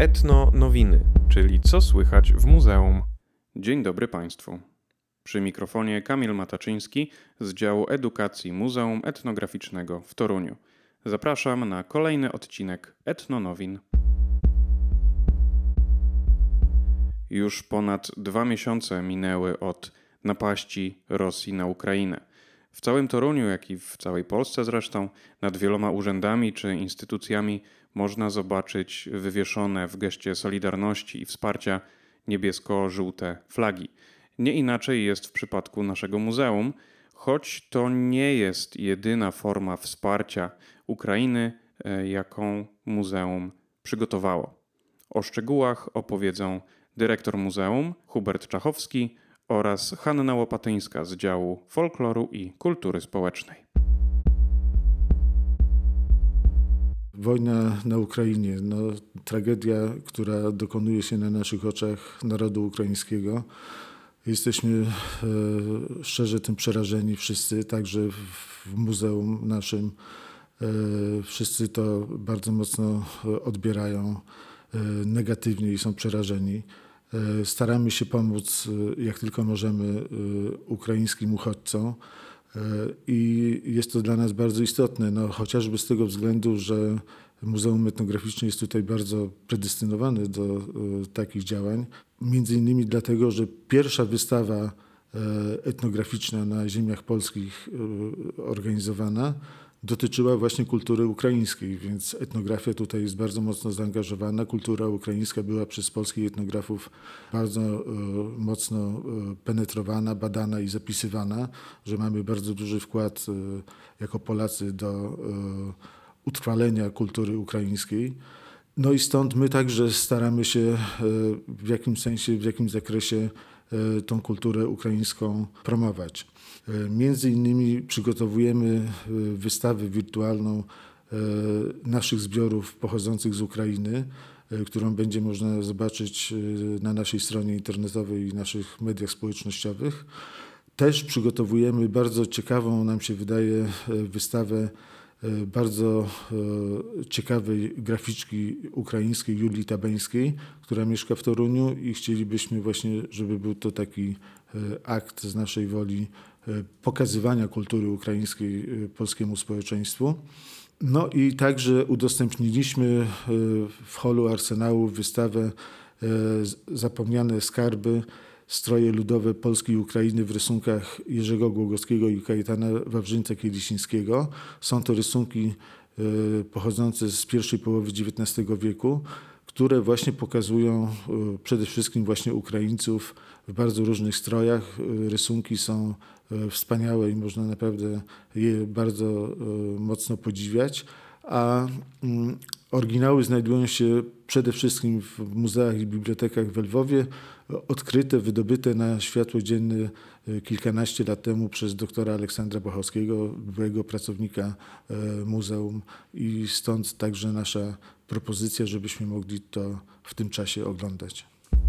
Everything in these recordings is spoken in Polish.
Etno-nowiny, czyli co słychać w muzeum. Dzień dobry Państwu. Przy mikrofonie Kamil Mataczyński z działu edukacji Muzeum Etnograficznego w Toruniu. Zapraszam na kolejny odcinek Etno-nowin. Już ponad 2 miesiące minęły od napaści Rosji na Ukrainę. W całym Toruniu, jak i w całej Polsce zresztą, nad wieloma urzędami czy instytucjami można zobaczyć wywieszone w geście solidarności i wsparcia niebiesko-żółte flagi. Nie inaczej jest w przypadku naszego muzeum, choć to nie jest jedyna forma wsparcia Ukrainy, jaką muzeum przygotowało. O szczegółach opowiedzą dyrektor muzeum Hubert Czachowski oraz Hanna Łopatyńska z działu folkloru i kultury społecznej. Wojna na Ukrainie, tragedia, która dokonuje się na naszych oczach narodu ukraińskiego. Jesteśmy szczerze tym przerażeni wszyscy, także w muzeum naszym. Wszyscy to bardzo mocno odbierają negatywnie i są przerażeni. Staramy się pomóc jak tylko możemy ukraińskim uchodźcom i jest to dla nas bardzo istotne, chociażby z tego względu, że Muzeum Etnograficzne jest tutaj bardzo predestynowane do takich działań. Między innymi dlatego, że pierwsza wystawa etnograficzna na ziemiach polskich organizowana dotyczyła właśnie kultury ukraińskiej, więc etnografia tutaj jest bardzo mocno zaangażowana. Kultura ukraińska była przez polskich etnografów bardzo mocno penetrowana, badana i zapisywana, że mamy bardzo duży wkład jako Polacy do utrwalenia kultury ukraińskiej. No i stąd my także staramy się w jakimś sensie, w jakimś zakresie tą kulturę ukraińską promować. Między innymi przygotowujemy wystawę wirtualną naszych zbiorów pochodzących z Ukrainy, którą będzie można zobaczyć na naszej stronie internetowej i naszych mediach społecznościowych. Też przygotowujemy bardzo ciekawą, nam się wydaje, wystawę bardzo ciekawej graficzki ukraińskiej Julii Tabeńskiej, która mieszka w Toruniu i chcielibyśmy właśnie, żeby był to taki akt z naszej woli pokazywania kultury ukraińskiej polskiemu społeczeństwu. No i także udostępniliśmy w holu Arsenału wystawę Zapomniane skarby, stroje ludowe Polski i Ukrainy w rysunkach Jerzego Głogowskiego i Kajetana Wawrzyńca-Kielisińskiego. Są to rysunki pochodzące z pierwszej połowy XIX wieku, które właśnie pokazują przede wszystkim właśnie Ukraińców w bardzo różnych strojach. Rysunki są wspaniałe i można naprawdę je bardzo mocno podziwiać, a oryginały znajdują się przede wszystkim w muzeach i bibliotekach w Lwowie, odkryte, wydobyte na światło dzienne kilkanaście lat temu przez doktora Aleksandra Bochowskiego, byłego pracownika muzeum, i stąd także nasza propozycja, żebyśmy mogli to w tym czasie oglądać.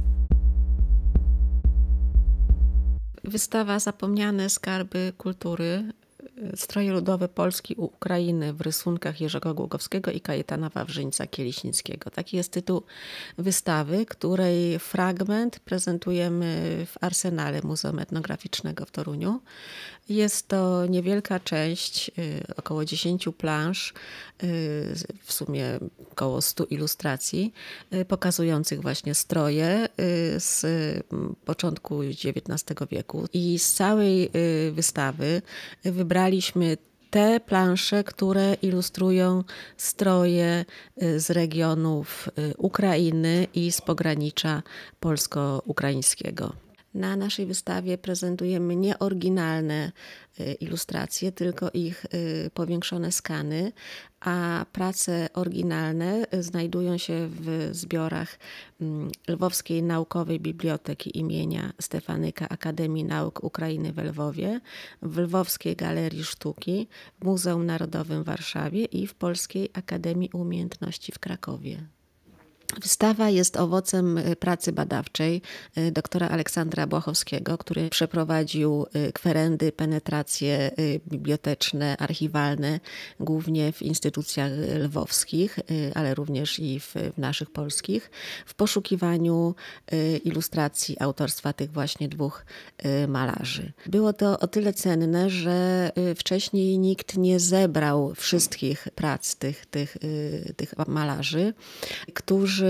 Wystawa Zapomniane skarby kultury, stroje ludowe Polski i Ukrainy w rysunkach Jerzego Głogowskiego i Kajetana Wawrzyńca-Kielisińskiego. Taki jest tytuł wystawy, której fragment prezentujemy w Arsenale Muzeum Etnograficznego w Toruniu. Jest to niewielka część, około 10 plansz, w sumie około 100 ilustracji, pokazujących właśnie stroje z początku XIX wieku. I z całej wystawy wybraliśmy te plansze, które ilustrują stroje z regionów Ukrainy i z pogranicza polsko-ukraińskiego. Na naszej wystawie prezentujemy nie oryginalne ilustracje, tylko ich powiększone skany, a prace oryginalne znajdują się w zbiorach Lwowskiej Naukowej Biblioteki imienia Stefanyka Akademii Nauk Ukrainy w Lwowie, w Lwowskiej Galerii Sztuki, w Muzeum Narodowym w Warszawie i w Polskiej Akademii Umiejętności w Krakowie. Wystawa jest owocem pracy badawczej doktora Aleksandra Błachowskiego, który przeprowadził kwerendy, penetracje biblioteczne, archiwalne, głównie w instytucjach lwowskich, ale również i w naszych polskich, w poszukiwaniu ilustracji autorstwa tych właśnie dwóch malarzy. Było to o tyle cenne, że wcześniej nikt nie zebrał wszystkich prac tych malarzy, którzy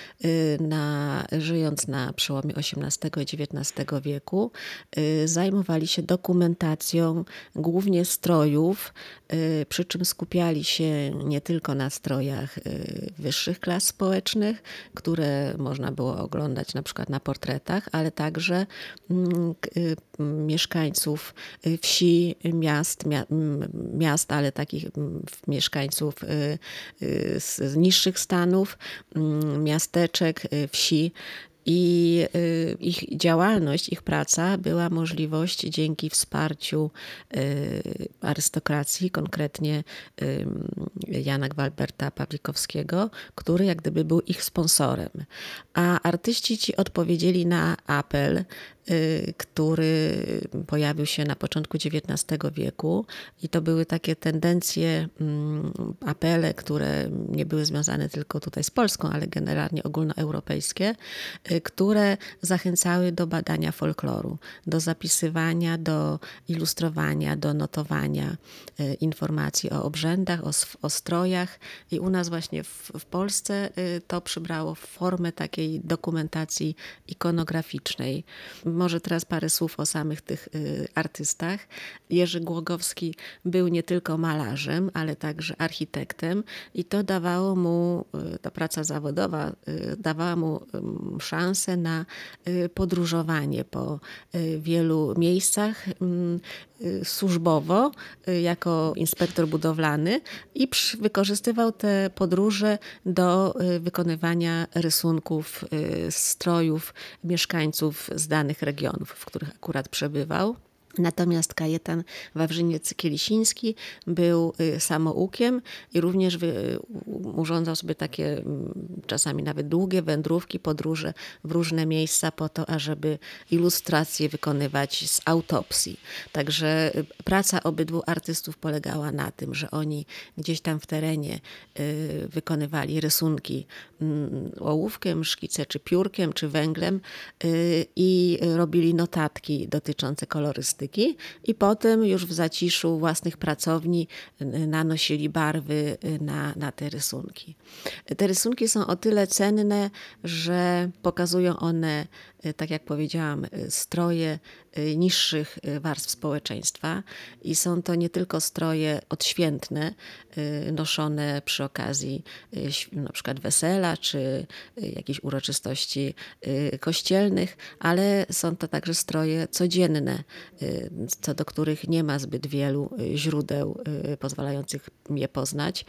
żyjąc na przełomie XVIII i XIX wieku, zajmowali się dokumentacją głównie strojów, przy czym skupiali się nie tylko na strojach wyższych klas społecznych, które można było oglądać na przykład na portretach, ale także mieszkańców wsi, miast, ale takich mieszkańców z niższych stanów, miasteczek, wsi. I ich działalność, ich praca była możliwość dzięki wsparciu arystokracji, konkretnie Jana Gwalberta Pawlikowskiego, który jak gdyby był ich sponsorem. A artyści ci odpowiedzieli na apel, który pojawił się na początku XIX wieku i to były takie tendencje, apele, które nie były związane tylko tutaj z Polską, ale generalnie ogólnoeuropejskie, które zachęcały do badania folkloru, do zapisywania, do ilustrowania, do notowania informacji o obrzędach, o strojach i u nas właśnie w Polsce to przybrało formę takiej dokumentacji ikonograficznej. Może teraz parę słów o samych tych artystach. Jerzy Głogowski był nie tylko malarzem, ale także architektem i to dawało mu, ta praca zawodowa dawała mu szansę na podróżowanie po wielu miejscach służbowo jako inspektor budowlany i wykorzystywał te podróże do wykonywania rysunków strojów mieszkańców z danych regionów, w których akurat przebywał. Natomiast Kajetan Wawrzyniec-Kielisiński był samoukiem i również urządzał sobie takie czasami nawet długie wędrówki, podróże w różne miejsca po to, ażeby ilustracje wykonywać z autopsji. Także praca obydwu artystów polegała na tym, że oni gdzieś tam w terenie wykonywali rysunki ołówkiem, szkice czy piórkiem, czy węglem i robili notatki dotyczące kolorystyki. I potem już w zaciszu własnych pracowni nanosili barwy na te rysunki. Te rysunki są o tyle cenne, że pokazują one, tak jak powiedziałam, stroje niższych warstw społeczeństwa i są to nie tylko stroje odświętne, noszone przy okazji na przykład wesela czy jakichś uroczystości kościelnych, ale są to także stroje codzienne, co do których nie ma zbyt wielu źródeł pozwalających je poznać.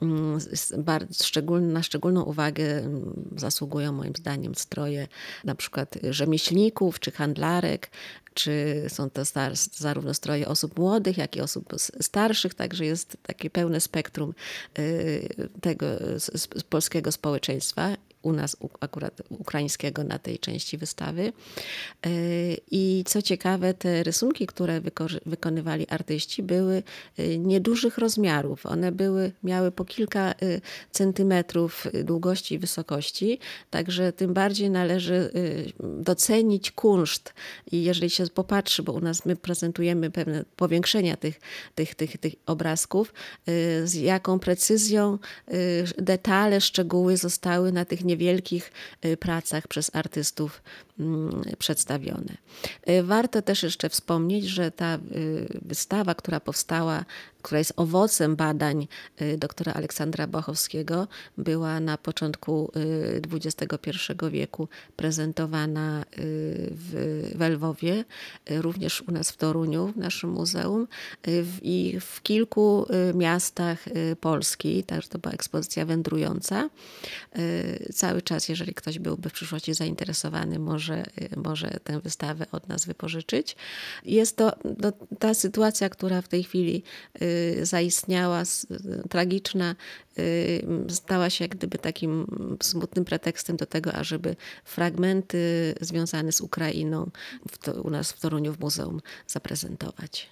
Na szczególną uwagę zasługują moim zdaniem stroje na przykład rzemieślników czy handlarek, czy są to zarówno stroje osób młodych, jak i osób starszych, także jest takie pełne spektrum tego polskiego społeczeństwa. U nas akurat ukraińskiego na tej części wystawy. I co ciekawe, te rysunki, które wykonywali artyści, były niedużych rozmiarów. One miały po kilka centymetrów długości i wysokości, także tym bardziej należy docenić kunszt. I jeżeli się popatrzy, bo u nas my prezentujemy pewne powiększenia tych obrazków, z jaką precyzją detale, szczegóły zostały na tych niewielkich pracach przez artystów przedstawione. Warto też jeszcze wspomnieć, że ta wystawa, która powstała, która jest owocem badań doktora Aleksandra Błachowskiego, była na początku XXI wieku prezentowana w Lwowie, również u nas w Toruniu, w naszym muzeum i w kilku miastach Polski, także to była ekspozycja wędrująca. Cały czas, jeżeli ktoś byłby w przyszłości zainteresowany, może może tę wystawę od nas wypożyczyć. Jest to ta sytuacja, która w tej chwili zaistniała, tragiczna, stała się jak gdyby takim smutnym pretekstem do tego, ażeby fragmenty związane z Ukrainą u nas w Toruniu w muzeum zaprezentować.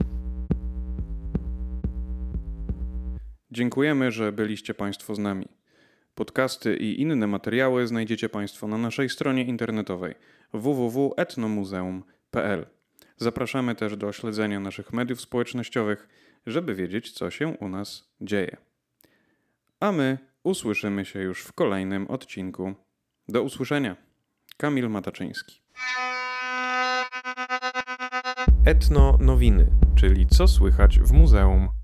Dziękujemy, że byliście Państwo z nami. Podcasty i inne materiały znajdziecie Państwo na naszej stronie internetowej www.etnomuzeum.pl. Zapraszamy też do śledzenia naszych mediów społecznościowych, żeby wiedzieć, co się u nas dzieje. A my usłyszymy się już w kolejnym odcinku. Do usłyszenia. Kamil Mataczyński. Etno Nowiny, czyli co słychać w muzeum.